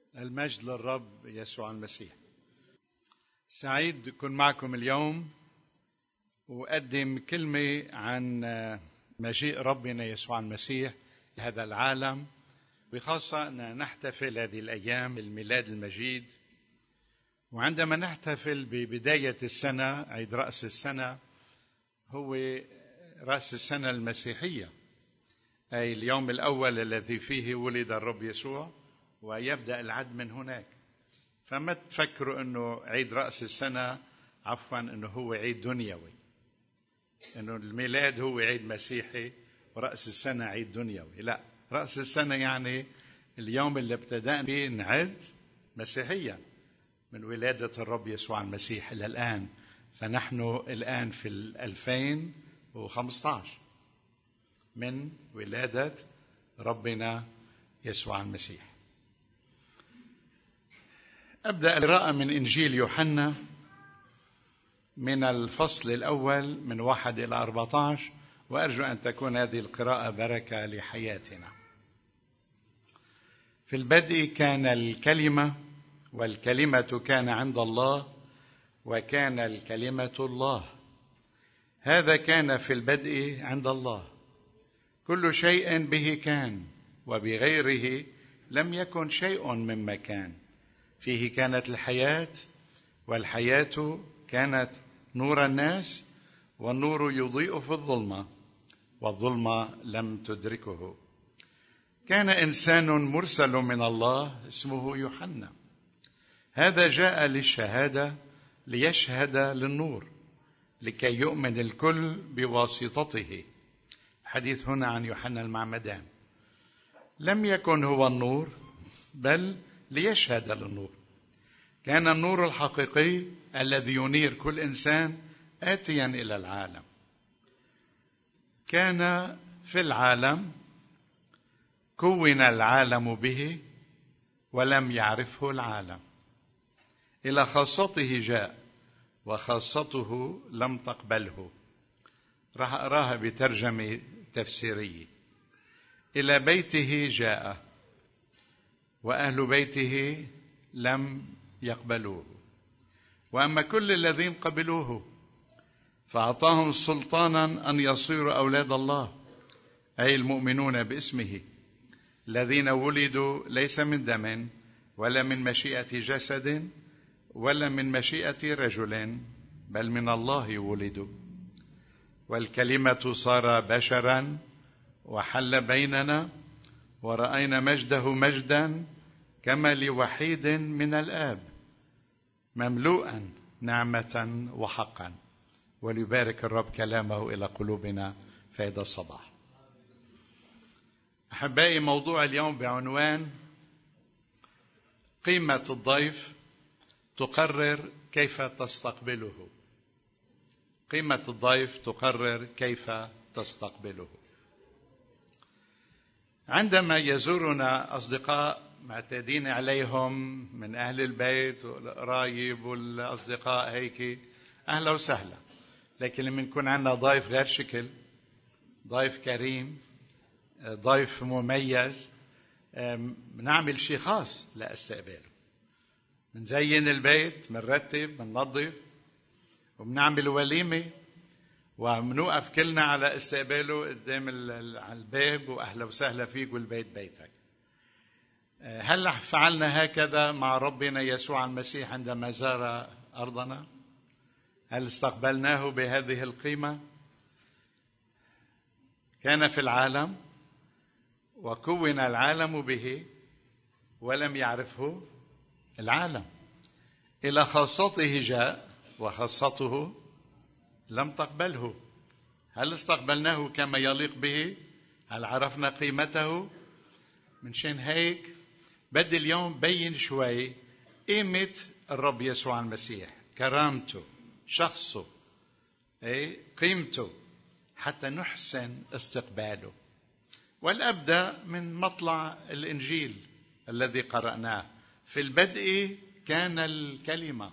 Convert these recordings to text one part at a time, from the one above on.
المجد للرب يسوع المسيح. سعيد أكون معكم اليوم وأقدم كلمة عن مجيء ربنا يسوع المسيح لهذا العالم، وخاصة أن نحتفل هذه الأيام الميلاد المجيد. وعندما نحتفل ببداية السنة، عيد رأس السنة هو رأس السنة المسيحية، أي اليوم الأول الذي فيه ولد الرب يسوع، ويبدأ العد من هناك. فما تفكروا أنه عيد رأس السنة أنه هو عيد دنيوي، أنه الميلاد هو عيد مسيحي ورأس السنة عيد دنيوي. لا، رأس السنة يعني اليوم اللي ابتدأنا فيه نعد مسيحيا من ولادة الرب يسوع المسيح إلى الآن. فنحن الآن في 2015 من ولادة ربنا يسوع المسيح. أبدأ القراءة من إنجيل يوحنا من الفصل الأول من 1 إلى 14، وأرجو أن تكون هذه القراءة بركة لحياتنا. في البدء كان الكلمة، والكلمة كان عند الله، وكان الكلمة الله. هذا كان في البدء عند الله. كل شيء به كان، وبغيره لم يكن شيء مما كان. فيه كانت الحياة، والحياة كانت نور الناس، والنور يضيء في الظلمة، والظلمة لم تدركه. كان إنسان مرسل من الله اسمه يوحنا. هذا جاء للشهادة، ليشهد للنور، لكي يؤمن الكل بواسطته. الحديث هنا عن يوحنا المعمدان. لم يكن هو النور، بل ليشهد للنور. كان النور الحقيقي الذي ينير كل إنسان آتيا إلى العالم. كان في العالم، كون العالم به، ولم يعرفه العالم. إلى خاصته جاء، وخاصته لم تقبله. راح أراها بترجمة تفسيرية. إلى بيته جاء، وأهل بيته لم يقبلوه. وأما كل الذين قبلوه فأعطاهم سلطانا أن يصيروا أولاد الله، أي المؤمنون باسمه، الذين ولدوا ليس من دم، ولا من مشيئة جسد، ولا من مشيئة رجل، بل من الله ولدوا. والكلمة صار بشرا وحل بيننا، ورأينا مجده مجدا كما لوحيد من الآب، مملوءا نعمة وحقا. وليبارك الرب كلامه إلى قلوبنا فإذا الصباح. أحبائي، موضوع اليوم بعنوان قيمة الضيف تقرر كيف تستقبله. قيمة الضيف تقرر كيف تستقبله. عندما يزورنا أصدقاء معتادين عليهم من أهل البيت والقرايب والأصدقاء، هيك أهلا وسهلا. لكن لما يكون عندنا ضيف غير شكل، ضيف كريم، ضيف مميز، بنعمل شيء خاص لاستقباله. بنزين البيت، بنرتب، بننظف، وبنعمل وليمة، وبنوقف كلنا على استقباله قدام على الباب، وأهلا وسهلا فيك والبيت بيتك. هل فعلنا هكذا مع ربنا يسوع المسيح عندما زار أرضنا؟ هل استقبلناه بهذه القيمة؟ كان في العالم، وكون العالم به، ولم يعرفه العالم. إلى خاصته جاء، وخاصته لم تقبله. هل استقبلناه كما يليق به؟ هل عرفنا قيمته؟ من شان هيك بدي اليوم بين شوي قيمة الرب يسوع المسيح، كرامته، شخصه، قيمته، حتى نحسن استقباله. والأبدأ من مطلع الإنجيل الذي قرأناه. في البدء كان الكلمة.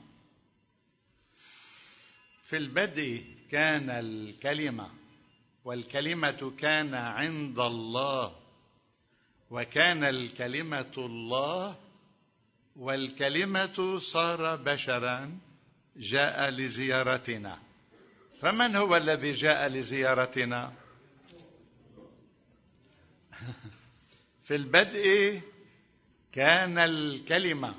في البدء كان الكلمة، والكلمة كان عند الله، وكان الكلمة الله، والكلمة صار بشرا جاء لزيارتنا. فمن هو الذي جاء لزيارتنا؟ في البدء كان الكلمة.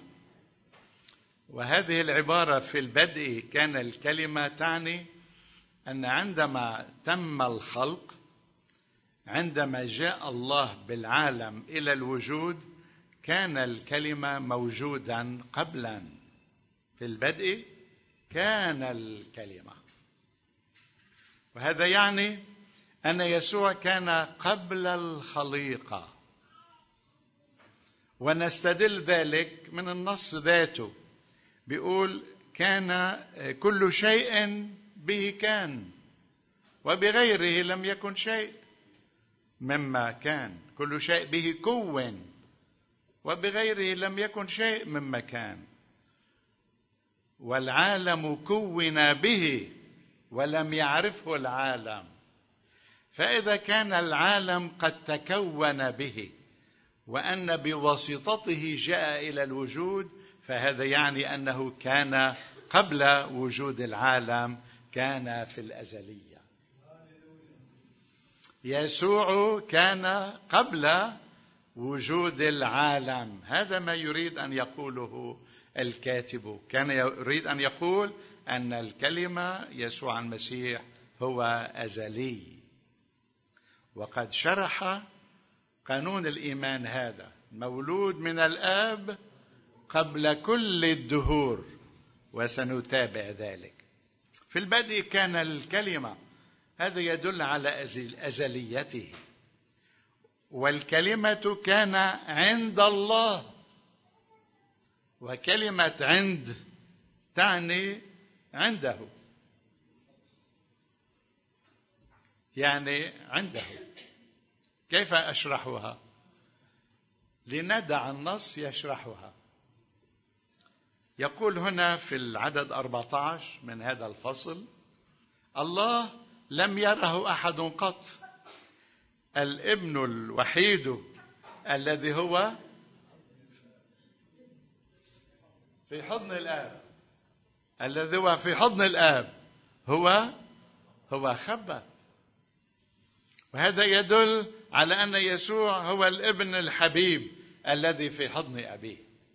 وهذه العبارة في البدء كان الكلمة تعني أن عندما تم الخلق، عندما جاء الله بالعالم إلى الوجود، كان الكلمة موجودا قبلا. في البدء كان الكلمة. وهذا يعني أن يسوع كان قبل الخليقة. ونستدل ذلك من النص ذاته، بيقول كان كل شيء به كان وبغيره لم يكن شيء مما كان. كل شيء به كون وبغيره لم يكن شيء مما كان. والعالم كون به ولم يعرفه العالم. فإذا كان العالم قد تكون به وأن بواسطته جاء إلى الوجود، فهذا يعني أنه كان قبل وجود العالم، كان في الأزلية. يسوع كان قبل وجود العالم. هذا ما يريد أن يقوله الكاتب. كان يريد أن يقول أن الكلمة يسوع المسيح هو أزلي. وقد شرح قانون الإيمان هذا: مولود من الآب قبل كل الدهور، وسنتابع ذلك. في البدء كان الكلمة، هذا يدل على أزليته. والكلمة كان عند الله. وكلمة عند تعني عنده، يعني عنده. كيف أشرحها؟ لندع النص يشرحها. يقول هنا في العدد 14 من هذا الفصل: الله لم يره أحد قط، الابن الوحيد الذي هو في حضن الآب، الذي هو في حضن الآب هو خبر. وهذا يدل على أن يسوع هو الابن الحبيب الذي في حضن أبيه.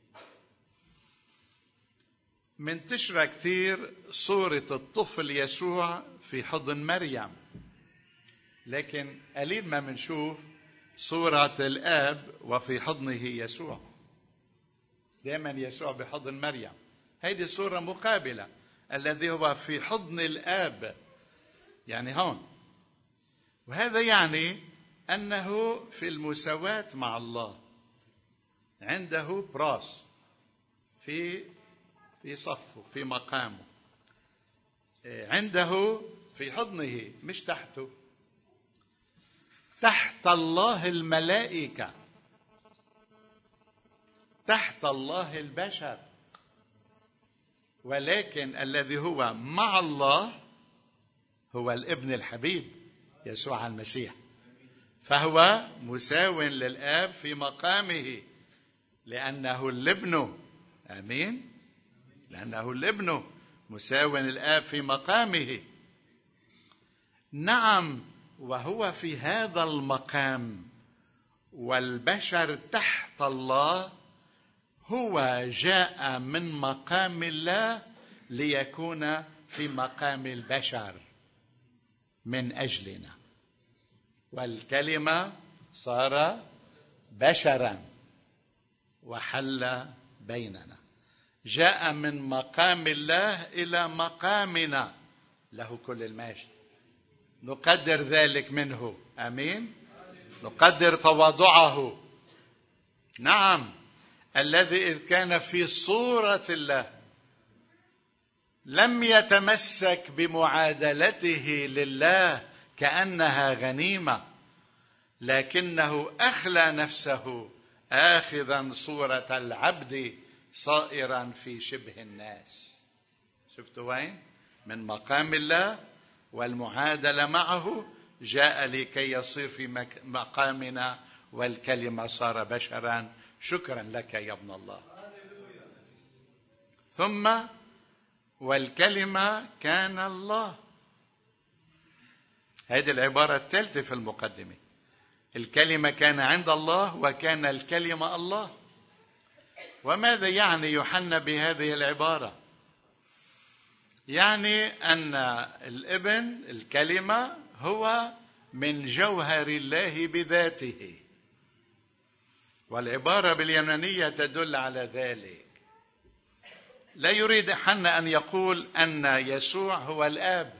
منتشرة كتير صورة الطفل يسوع في حضن مريم، لكن قليل ما منشوف صورة الآب وفي حضنه يسوع. دائما يسوع بحضن مريم، هذه صورة مقابلة، الذي هو في حضن الآب، يعني هون. وهذا يعني أنه في المساواة مع الله، عنده براس في صفه، في مقامه، عنده في حضنه، مش تحته. تحت الله الملائكة، تحت الله البشر، ولكن الذي هو مع الله هو الابن الحبيب يسوع المسيح. فهو مساو للآب في مقامه، لأنه الابن. آمين. لأنه الابن مساو للآب في مقامه. نعم، وهو في هذا المقام والبشر تحت الله، هو جاء من مقام الله ليكون في مقام البشر من أجلنا. والكلمة صار بشرا وحل بيننا، جاء من مقام الله إلى مقامنا، له كل المجد. نقدر ذلك منه. آمين. نقدر تواضعه. نعم، الذي إذ كان في صورة الله لم يتمسك بمعادلته لله كأنها غنيمة، لكنه أخلى نفسه آخذا صورة العبد صائرا في شبه الناس. شفتوا وين؟ من مقام الله والمعادلة معه جاء لكي يصير في مقامنا، والكلمة صار بشرا. شكرا لك يا ابن الله. ثم والكلمة كان الله. هذه العبارة الثالثة في المقدمة. الكلمة كان عند الله وكان الكلمة الله. وماذا يعني يوحنا بهذه العبارة؟ يعني أن الابن الكلمة هو من جوهر الله بذاته، والعبارة باليونانية تدل على ذلك. لا يريد يوحنا أن يقول أن يسوع هو الآب،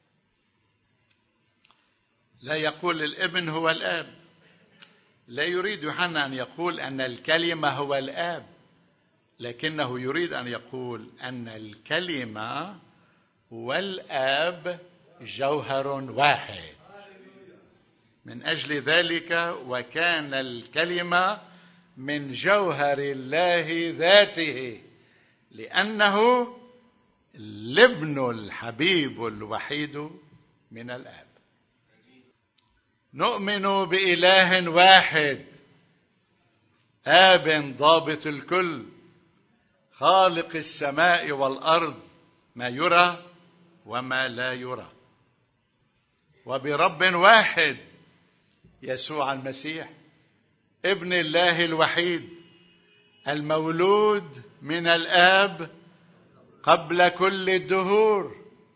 لا يقول الابن هو الآب، لا يريد يوحنا أن يقول أن الكلمة هو الآب، لكنه يريد أن يقول أن الكلمة والآب جوهر واحد. من أجل ذلك وكان الكلمة من جوهر الله ذاته، لأنه الابن الحبيب الوحيد من الآب. نؤمن بإله واحد، آب ضابط الكل، خالق السماء والأرض، ما يرى وما لا يرى، وبرب واحد يسوع المسيح ابن الله الوحيد المولود من الآب قبل كل الدهور،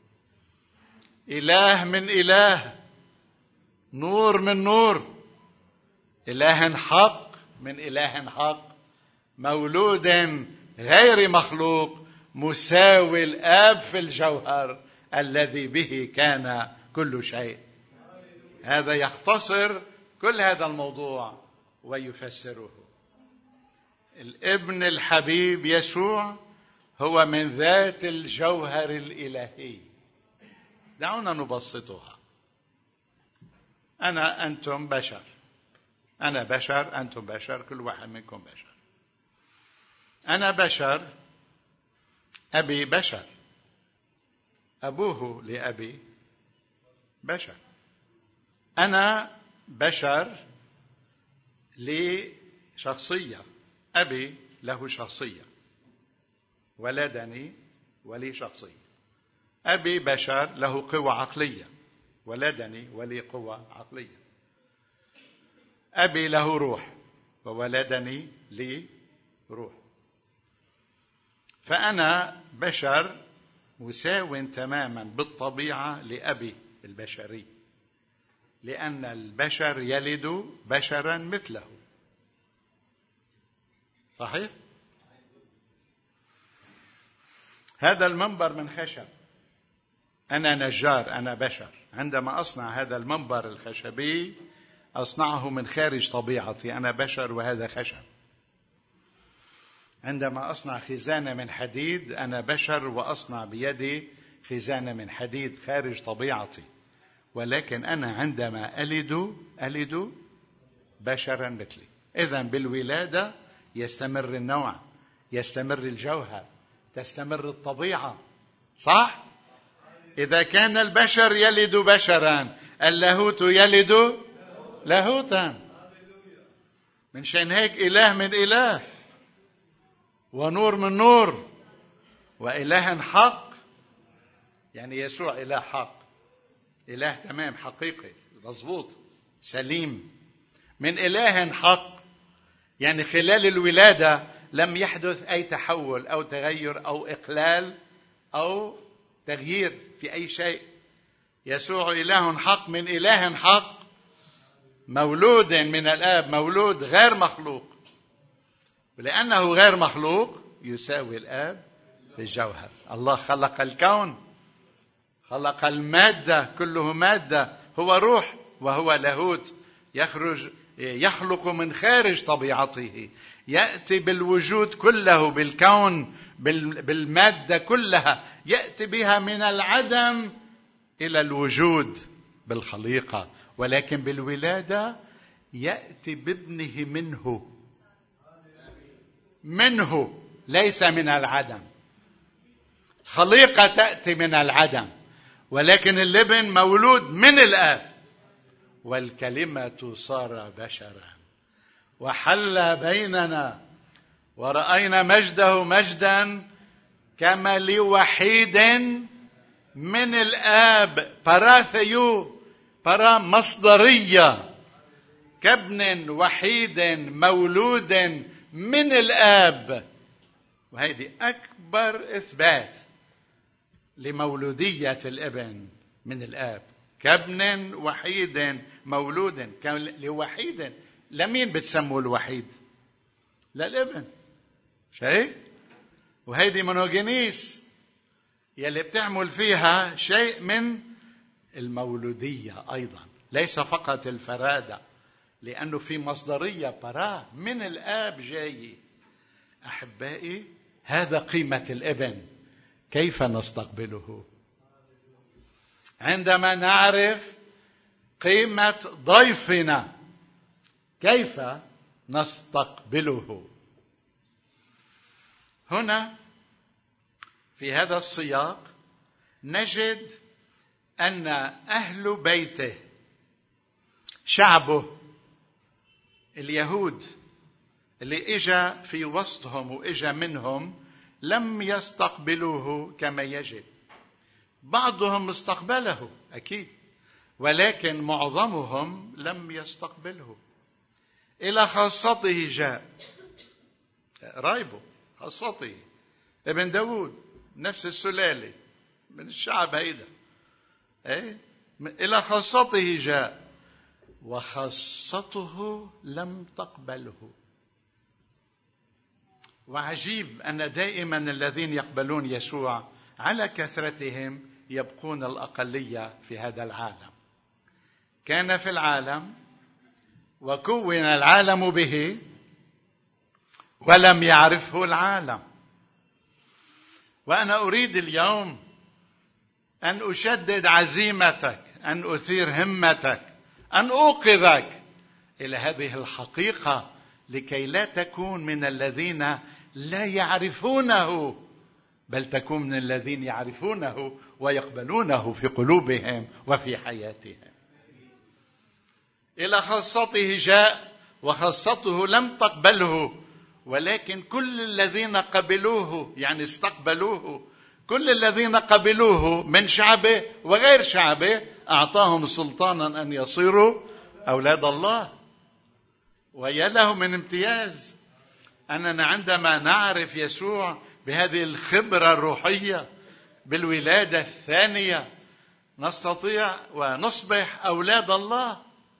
إله من إله، نور من نور، إله حق من إله حق، مولود غير مخلوق، مساوي الآب في الجوهر الذي به كان كل شيء. هذا يختصر كل هذا الموضوع ويفسره. الابن الحبيب يسوع هو من ذات الجوهر الإلهي. دعونا نبسطها. أنتم بشر، أنا بشر، أنتم بشر، كل واحد منكم بشر. أنا بشر، أبي بشر، أبوه لأبي بشر. أنا بشر لشخصية، أبي له شخصية، ولدني ولي شخصية. أبي بشر له قوة عقلية، ولدني ولي قوة عقلية. أبي له روح وولدني لي روح. فأنا بشر مساو تماما بالطبيعة لأبي البشري، لأن البشر يلد بشرا مثله. صحيح؟ هذا المنبر من خشب، أنا نجار، أنا بشر. عندما أصنع هذا المنبر الخشبي أصنعه من خارج طبيعتي، أنا بشر وهذا خشب. عندما أصنع خزانة من حديد أنا بشر وأصنع بيدي خزانة من حديد خارج طبيعتي، ولكن أنا عندما ألد بشرا مثلي. إذن بالولادة يستمر النوع، يستمر الجوهر، تستمر الطبيعة. صح؟ إذا كان البشر يلد بشرا، اللاهوت يلد لاهوتا. من شان هيك إله من إله، ونور من نور، وإله حق. يعني يسوع إله حق، إله تمام، حقيقي، مضبوط، سليم، من إله حق. يعني خلال الولادة لم يحدث أي تحول أو تغير أو إقلال أو تغيير في أي شيء. يسوع إله حق من إله حق، مولود من الآب، مولود غير مخلوق، ولأنه غير مخلوق يساوي الآب في الجوهر. الله خلق الكون، خلق المادة، كله مادة، هو روح وهو لاهوت، يخلق من خارج طبيعته، يأتي بالوجود كله، بالكون، بالمادة كلها، يأتي بها من العدم إلى الوجود بالخليقة. ولكن بالولادة يأتي بابنه منه، ليس من العدم. خليقة تأتي من العدم، ولكن الابن مولود من الآب. والكلمة صار بشرا وحل بيننا، ورأينا مجده، مجدا كما لوحيد من الآب. باراثيو، برا مصدرية، كابن وحيد مولود من الآب. وهذه أكبر إثبات لمولودية الابن من الآب. كابن وحيد مولود، لوحيد. لمين بتسموا الوحيد؟ للابن. شيء. وهيدي مونوجينيس يلي بتعمل فيها شيء من المولودية أيضا، ليس فقط الفرادة، لأنه في مصدرية براه من الآب جاي. أحبائي، هذا قيمة الابن. كيف نستقبله؟ عندما نعرف قيمة ضيفنا كيف نستقبله. هنا في هذا السياق نجد أن أهل بيته، شعبه اليهود اللي إجا في وسطهم وإجا منهم، لم يستقبلوه كما يجب. بعضهم استقبله أكيد، ولكن معظمهم لم يستقبله. إلى خاصته جاء، رايبه خاصته ابن داود، نفس السلالة من الشعب هيدا. إلى خاصته جاء وخاصته لم تقبله. وعجيب أن دائما الذين يقبلون يسوع على كثرتهم يبقون الأقلية في هذا العالم. كان في العالم وكون العالم به ولم يعرفه العالم. وأنا أريد اليوم أن أشدد عزيمتك، أن أثير همتك، أن أوقظك إلى هذه الحقيقة، لكي لا تكون من الذين لا يعرفونه، بل تكون من الذين يعرفونه ويقبلونه في قلوبهم وفي حياتهم. إلى خاصته جاء وخاصته لم تقبله، ولكن كل الذين قبلوه، يعني استقبلوه، كل الذين قبلوه من شعبه وغير شعبه أعطاهم سلطانا أن يصيروا أولاد الله. ويا له من امتياز أننا عندما نعرف يسوع بهذه الخبرة الروحية بالولادة الثانية نستطيع ونصبح أولاد الله.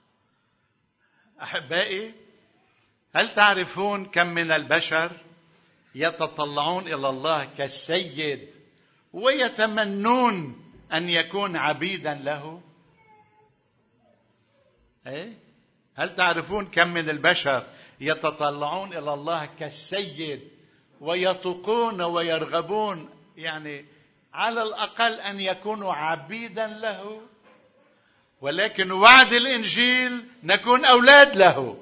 أحبائي، هل تعرفون كم من البشر يتطلعون إلى الله كالسيد ويتمنون أن يكون عبيدا له؟ هل تعرفون كم من البشر يتطلعون إلى الله كالسيد ويطقون ويرغبون، يعني على الأقل أن يكونوا عبيدا له؟ ولكن وعد الإنجيل نكون أولاد له،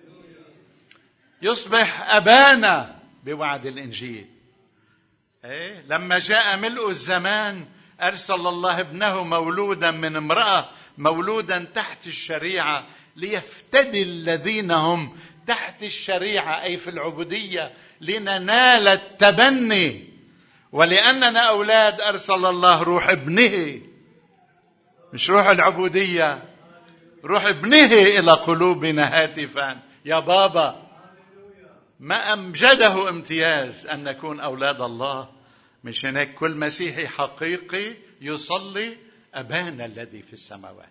يصبح أبانا بوعد الإنجيل. لما جاء ملء الزمان أرسل الله ابنه مولودا من امرأة، مولودا تحت الشريعة، ليفتدي الذين هم تحت الشريعة أي في العبودية، لننال التبني. ولأننا أولاد أرسل الله روح ابنه، مش روح العبودية، روح ابنه إلى قلوبنا هاتفا يا بابا. ما أمجده امتياز أن نكون أولاد الله. مش هناك كل مسيحي حقيقي يصلي أبانا الذي في السماوات.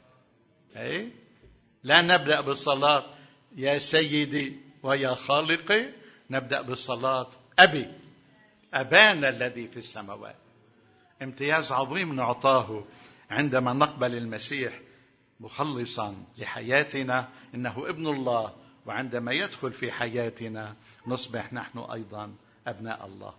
لا نبدأ بالصلاة يا سيدي ويا خالقي، نبدأ بالصلاة أبي، أبانا الذي في السماوات. امتياز عظيم نعطاه عندما نقبل المسيح مخلصا لحياتنا، إنه ابن الله، وعندما يدخل في حياتنا نصبح نحن أيضا أبناء الله.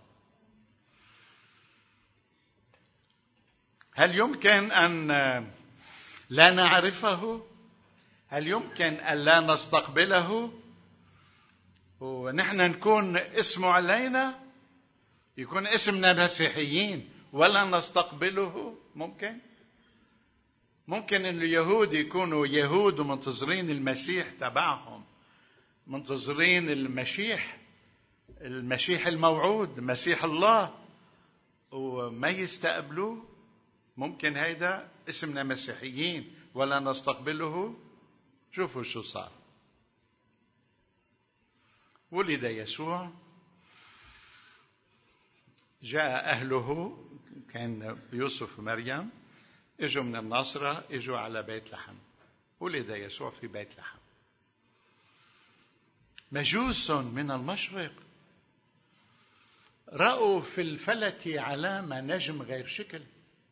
هل يمكن أن لا نعرفه؟ هل يمكن أن لا نستقبله ونحن نكون اسمه علينا، يكون اسمنا مسيحيين ولا نستقبله؟ ممكن أن اليهود يكونوا يهود ومنتظرين المسيح تبعهم، منتظرين المسيح الموعود، مسيح الله، وما يستقبلوه. ممكن هيدا اسمنا مسيحيين ولا نستقبله. شوفوا شو صار. ولد يسوع، جاء أهله، كان يوسف ومريم، اجوا من الناصرة، اجوا على بيت لحم. ولد يسوع في بيت لحم. مجوس من المشرق رأوا في الفلك علامة نجم غير شكل،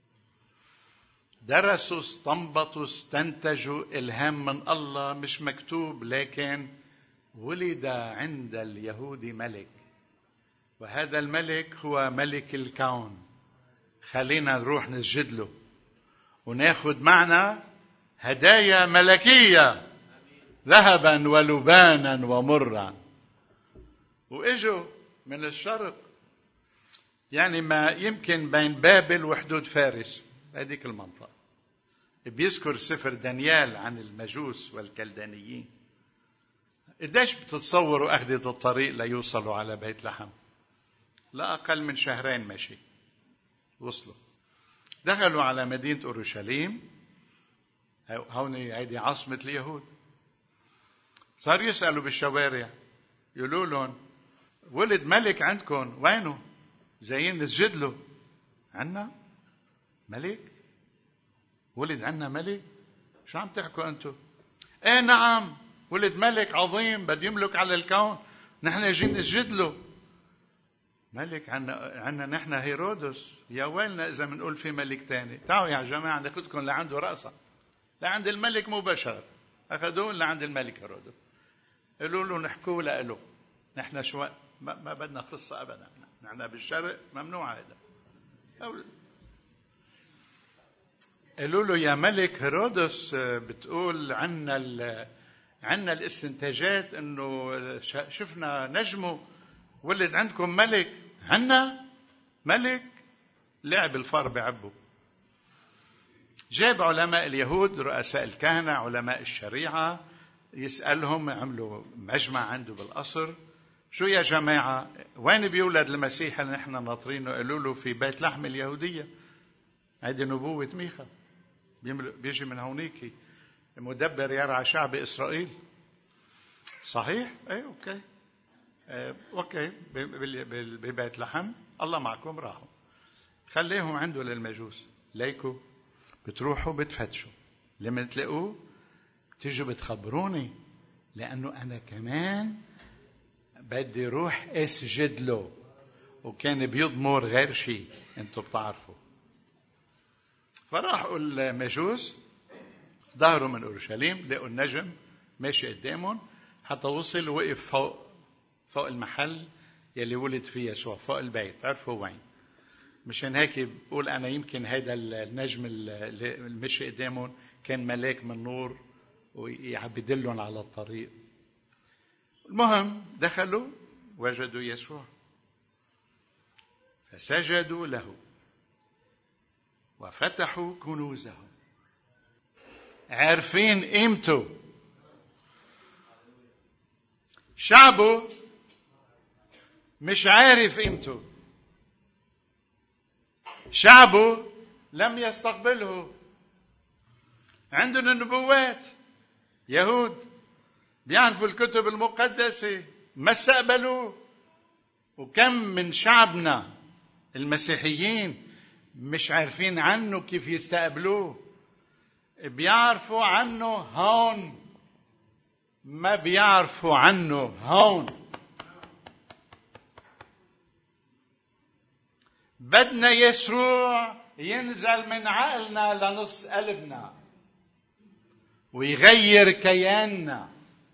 درسوا، استنبطوا، استنتجوا إلهام من الله مش مكتوب، لكن ولد عند اليهود ملك، وهذا الملك هو ملك الكون. خلينا نروح نسجد له وناخد معنا هدايا ملكية، ذهبا ولبانا ومرا. واجوا من الشرق، يعني ما يمكن بين بابل وحدود فارس، هذيك المنطقة. بيذكر سفر دانيال عن المجوس والكلدانيين. قديش بتتصوروا أخذة الطريق ليوصلوا على بيت لحم؟ لا أقل من 2 شهر مشي. وصلوا، دخلوا على مدينة أورشليم، هون هيدي عاصمة اليهود. صار يسألوا بالشوارع، يقولوا لهم ولد ملك عندكم، وينه؟ جايين نسجد له. عنا ملك؟ ولد عنا ملك؟ شو عم تحكوا أنتم؟ ايه نعم، ولد ملك عظيم بده يملك على الكون، نحن جايين نسجد له. ملك عنا نحن هيرودس. يا ويلنا إذا بنقول في ملك تاني. تعالوا يا جماعة ناخدكم لعنده رأسا، لعند الملك مباشرة. أخذوه لعند الملك هيرودس، قالوا له نحكوا له، نحن شو ما بدنا قصة أبدا، نحن بالشرق ممنوع هذا. قالوا له يا ملك هيرودس، بتقول عنا الاستنتاجات انه شفنا نجمه، ولد عندكم ملك. عنا ملك؟ لعب الفار بعبه. جاب علماء اليهود، رؤساء الكهنة، علماء الشريعة، يسألهم، عملوا مجمع عنده بالقصر. شو يا جماعة، وين بيولد المسيح اللي نحن ناطرينه؟ قالوا له في بيت لحم اليهودية. هذه نبوة ميخا، بيجي من هونيك، مدبر يرعى شعب إسرائيل. صحيح؟ ايه اوكي. اوكي، ببيت لحم، الله معكم. راحوا خليهم عنده للمجوس. ليكوا بتروحوا بتفتشوا، لما تلاقوه تيجوا بتخبروني، لأنه أنا كمان بدي روح اسجد له. وكان بيضمر غير شيء، انتوا بتعرفوا. فراحوا المجوس، ظهروا من أورشليم، لقوا النجم ماشي قدامهم، حتى وصل وقف فوق المحل يلي ولد فيه يسوع، فوق البيت. عرفوا وين. مشان هيك بقول أنا يمكن هيدا النجم اللي مشي قدامهم كان ملاك من نور ويعبدلهم على الطريق. المهم دخلوا وجدوا يسوع، فسجدوا له وفتحوا كنوزهم. عارفين قيمته. شعبه مش عارف قيمته، شعبه لم يستقبله. عندنا النبوات، يهود بيعرفوا الكتب المقدسة، ما استقبلوه. وكم من شعبنا المسيحيين مش عارفين عنه كيف يستقبلوه. بيعرفوا عنه هون، ما بيعرفوا عنه هون. بدنا يسوع ينزل من عقلنا لنص قلبنا ويغير كياننا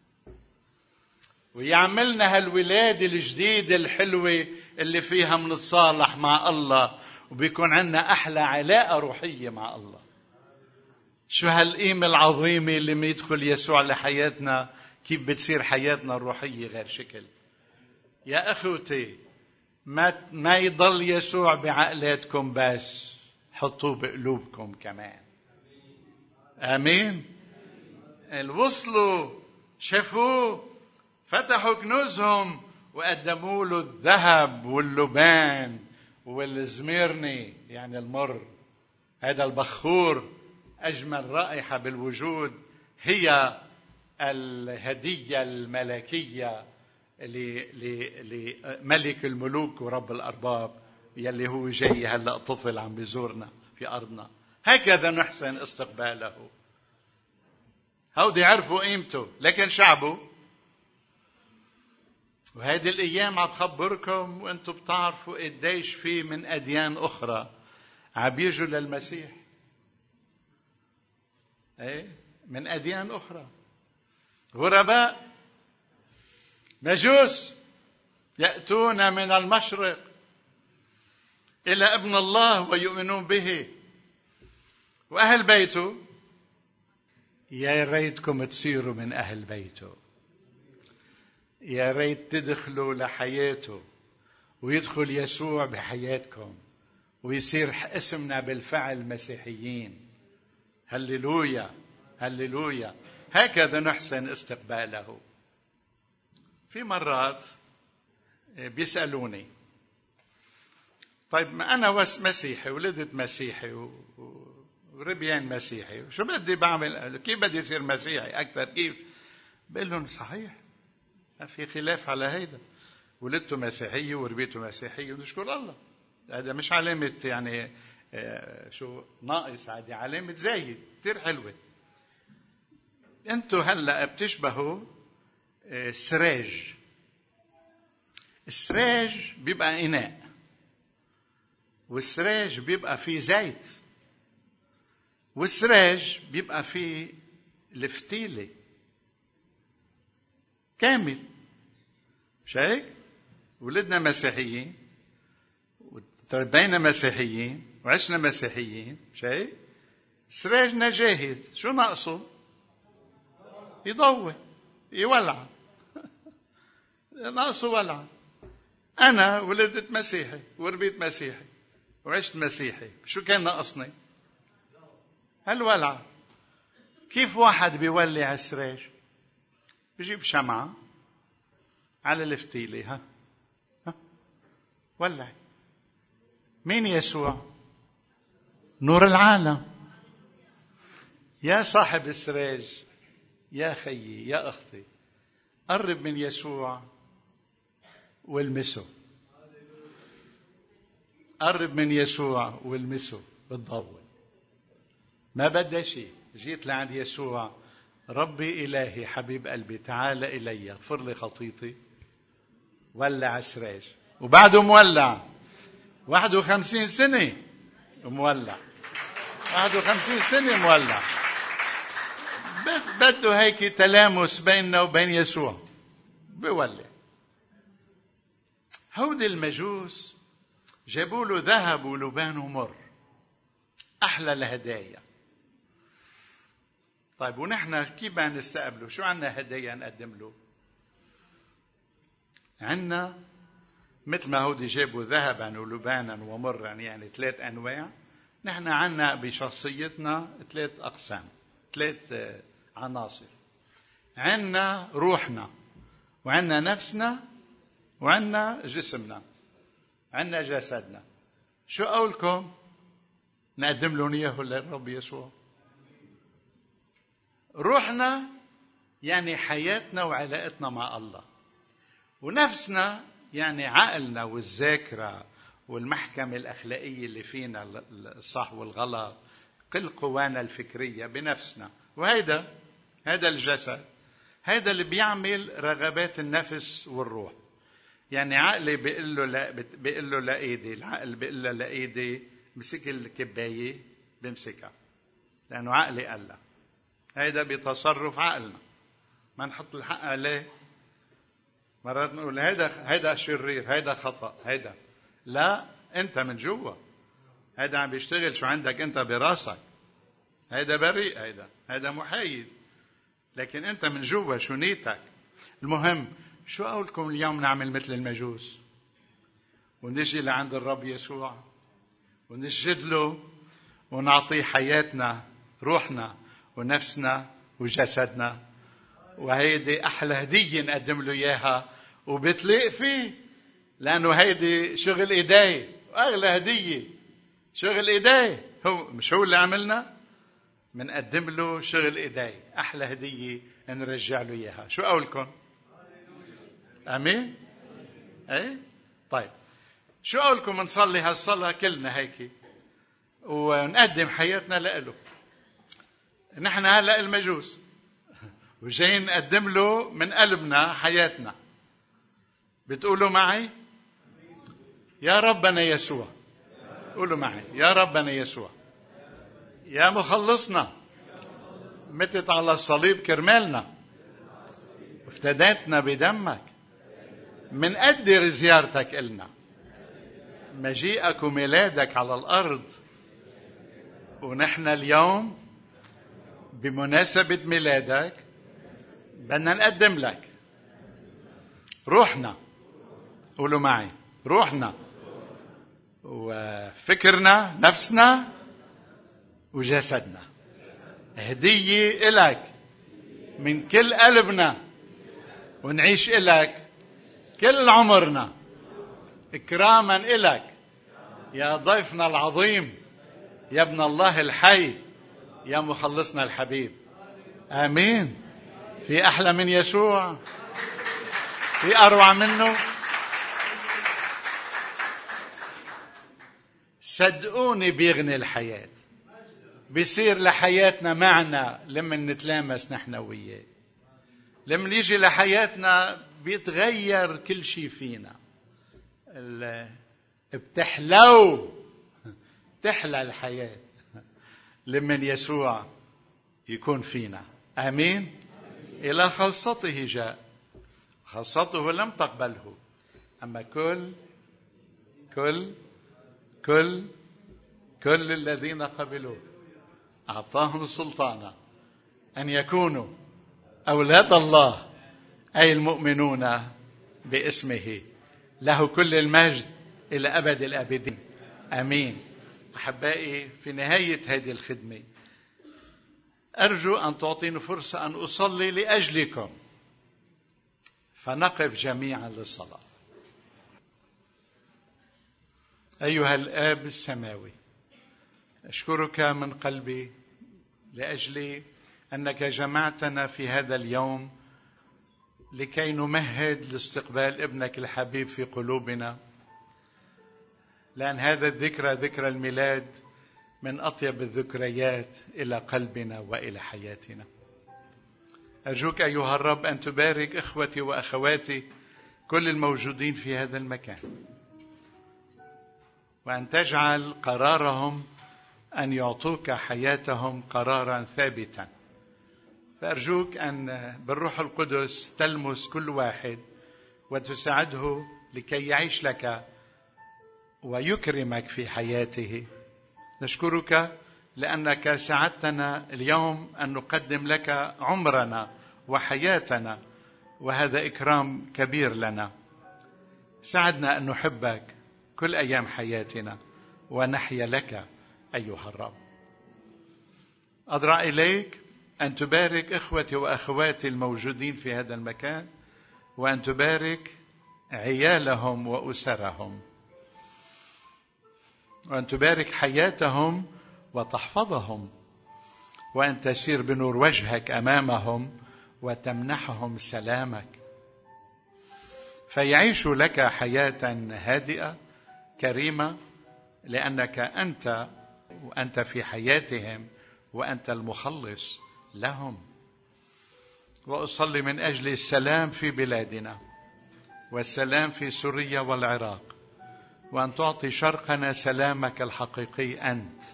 ويعملنا هالولادة الجديدة الحلوة اللي فيها منتصالح مع الله وبيكون عندنا أحلى علاقة روحية مع الله. شو هالقيمة العظيمة اللي ما يدخل يسوع لحياتنا، كيف بتصير حياتنا الروحية غير شكل. يا أخوتي، ما يضل يسوع بعقلاتكم بس، حطوه بقلوبكم كمان. آمين. وصلوا، شافوه، فتحوا كنوزهم وقدموا له الذهب واللبان والزميرني يعني المر، هذا البخور أجمل رائحة بالوجود، هي الهدية الملكية لملك الملوك ورب الأرباب يلي هو جاي هلأ طفل عم بيزورنا في أرضنا. هكذا نحسن استقباله. هودي عرفوا قيمته، لكن شعبه، وهذه الأيام عم بخبركم وأنتم بتعرفوا قديش في من أديان أخرى عم يجوا للمسيح. من أديان أخرى، غرباء، مجوس يأتون من المشرق إلى ابن الله ويؤمنون به، وأهل بيته يا ريتكم تصيروا من أهل بيته، يا ريت تدخلوا لحياته ويدخل يسوع بحياتكم ويصير اسمنا بالفعل مسيحيين. هللويا هللويا. هكذا نحسن استقباله. في مرات بيسألوني طيب ما أنا مسيحي، ولدت مسيحي وربيان مسيحي، شو بدي بعمل؟ كيف بدي يصير مسيحي أكثر؟ كيف؟ بقول لهم صحيح، ما في خلاف على هيدا. ولدته مسيحية وربيته مسيحية ونشكر الله. هذا مش علامة يعني شو ناقص، هذه علامة زايد كتير حلوة. انتوا هلأ بتشبهوا سراج. السراج بيبقى إناء، والسراج بيبقى فيه زيت، والسراج بيبقى فيه الفتيلة كامل. مش هيك؟ ولدنا مسيحيين وتربينا مسيحيين وعشنا مسيحيين، مش هيك؟ سراجنا جاهز، شو ناقصه؟ يضوي، يولع. ناقصه ولع. أنا ولدت مسيحي وربيت مسيحي وعشت مسيحي، شو كان ناقصني؟ هالولع. كيف واحد بيولع السراج؟ بيجيب شمعة على الفتيلة، ها ولع. مين يسوع؟ نور العالم. يا صاحب السراج، يا خيي يا أختي، قرب من يسوع والمسه. قرب من يسوع والمسه بالضوء. ما بدها شيء. جيت لعند يسوع، ربي إلهي حبيب قلبي تعال إلي اغفر لي خطيتي. ولع السراج وبعده مولع 51 سنة مولع، 51 سنة مولع. بده هيك تلامس بيننا وبين يسوع، بيولع. هودي المجوس جابوا له ذهب ولبان ومر، أحلى الهدايا. طيب ونحن كيف بدنا نستقبله؟ شو عنا هدايا نقدم له؟ عنا مثل ما هودي جابوا ذهبا ولبانا ومرا، يعني 3 أنواع. نحن عنا بشخصيتنا 3 أقسام، 3 عناصر. عنا روحنا، وعنا نفسنا، وعنا جسمنا، عنا جسدنا. شو قولكم نقدم لهم إياه للرب يسوع؟ روحنا يعني حياتنا وعلاقتنا مع الله، ونفسنا يعني عقلنا والذاكرة والمحكمة الأخلاقية اللي فينا، الصح والغلط، كل قوانا الفكرية بنفسنا. وهيدا الجسد، هيدا اللي بيعمل رغبات النفس والروح. يعني عقلي بيقول له لإيدي، العقل بيقول له لإيدي مسك الكباية بمسكها، لأنه عقلي قال له. هيدا بتصرف عقلنا، ما نحط الحق عليه. مرات نقول هيدا شرير، هيدا خطأ، هيدا لا، أنت من جوا هيدا عم بيشتغل شو عندك أنت براسك. هيدا بريء، هيدا محايد، لكن أنت من جوا شو نيتك. المهم، شو قولكم اليوم نعمل مثل المجوس ونجي لعند الرب يسوع ونسجد له ونعطيه حياتنا، روحنا ونفسنا وجسدنا. وهيدي أحلى هدية نقدم له إياها، وبتليق فيه، لأنه هيدي شغل إيدي أغلى هدية شغل إيديه، مش هو اللي عملنا، منقدم له شغل إيديه، أحلى هدية نرجع له إياها. شو قولكم؟ أمين؟ أي؟ طيب شو قولكم نصلي هالصلاة كلنا هيك ونقدم حياتنا لإله؟ نحن هلأ المجوس وجايين نقدم له من قلبنا حياتنا. بتقولوا معي؟ يا ربنا يسوع. قولوا معي: يا ربنا يسوع، يا مخلصنا، متت على الصليب كرمالنا، افتديتنا بدمك، منقدر زيارتك إلنا، مجيئك وميلادك على الأرض. ونحن اليوم بمناسبة ميلادك بدنا نقدم لك روحنا. قولوا معي: روحنا وفكرنا، نفسنا وجسدنا، هدية إلك من كل قلبنا، ونعيش إلك كل عمرنا إكراما إلك يا ضيفنا العظيم، يا ابن الله الحي، يا مخلصنا الحبيب. آمين. في أحلى من يسوع؟ في أروع منه؟ صدقوني بيغني الحياة، بيصير لحياتنا معنى لما نتلامس نحن وياه. لما يجي لحياتنا بيتغير كل شيء فينا، تحلى الحياة لما يسوع يكون فينا. آمين. إلى خلصته جاء، خلصته لم تقبله، أما كل الذين قبلوه أعطاهم السلطان أن يكونوا أولاد الله، أي المؤمنون باسمه، له كل المجد إلى أبد الآبدين. آمين. أحبائي، في نهاية هذه الخدمة أرجو أن تعطيني فرصة أن أصلي لأجلكم، فنقف جميعا للصلاة. أيها الآب السماوي، أشكرك من قلبي لأجل أنك جمعتنا في هذا اليوم لكي نمهد لاستقبال ابنك الحبيب في قلوبنا، لأن هذا الذكرى، ذكرى الميلاد، من أطيب الذكريات إلى قلبنا وإلى حياتنا. أرجوك أيها الرب أن تبارك إخوتي وأخواتي كل الموجودين في هذا المكان، وأن تجعل قرارهم أن يعطوك حياتهم قرارا ثابتا. فأرجوك أن بالروح القدس تلمس كل واحد وتساعده لكي يعيش لك ويكرمك في حياته. نشكرك لأنك ساعدتنا اليوم أن نقدم لك عمرنا وحياتنا، وهذا إكرام كبير لنا. ساعدنا أن نحبك كل أيام حياتنا ونحيا لك أيها الرب. أضرع إليك أن تبارك إخوتي وأخواتي الموجودين في هذا المكان، وأن تبارك عيالهم وأسرهم، وأن تبارك حياتهم وتحفظهم، وأن تسير بنور وجهك أمامهم وتمنحهم سلامك، فيعيشوا لك حياة هادئة كريمة، لأنك أنت في حياتهم، وأنت المخلص لهم. وأصلي من أجل السلام في بلادنا والسلام في سوريا والعراق، وأن تعطي شرقنا سلامك الحقيقي أنت،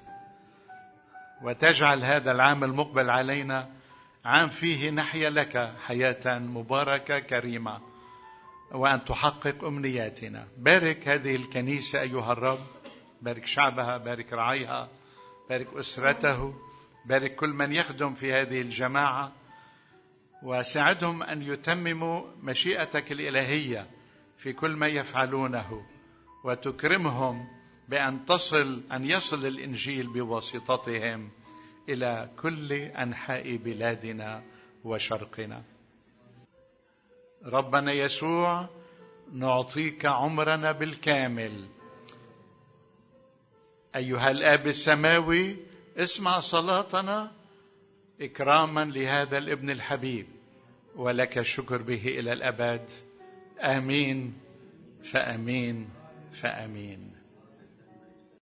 وتجعل هذا العام المقبل علينا عام فيه نحيا لك حياة مباركة كريمة، وأن تحقق أمنياتنا. بارك هذه الكنيسة أيها الرب، بارك شعبها، بارك رعايها، بارك أسرته، بارك كل من يخدم في هذه الجماعة، وساعدهم أن يتمموا مشيئتك الإلهية في كل ما يفعلونه، وتكرمهم بأن يصل الإنجيل بواسطتهم إلى كل أنحاء بلادنا وشرقنا. ربنا يسوع، نعطيك عمرنا بالكامل أيها الآب السماوي، اسمع صلاتنا إكراما لهذا الابن الحبيب، ولك الشكر به إلى الأبد. آمين فآمين فآمين.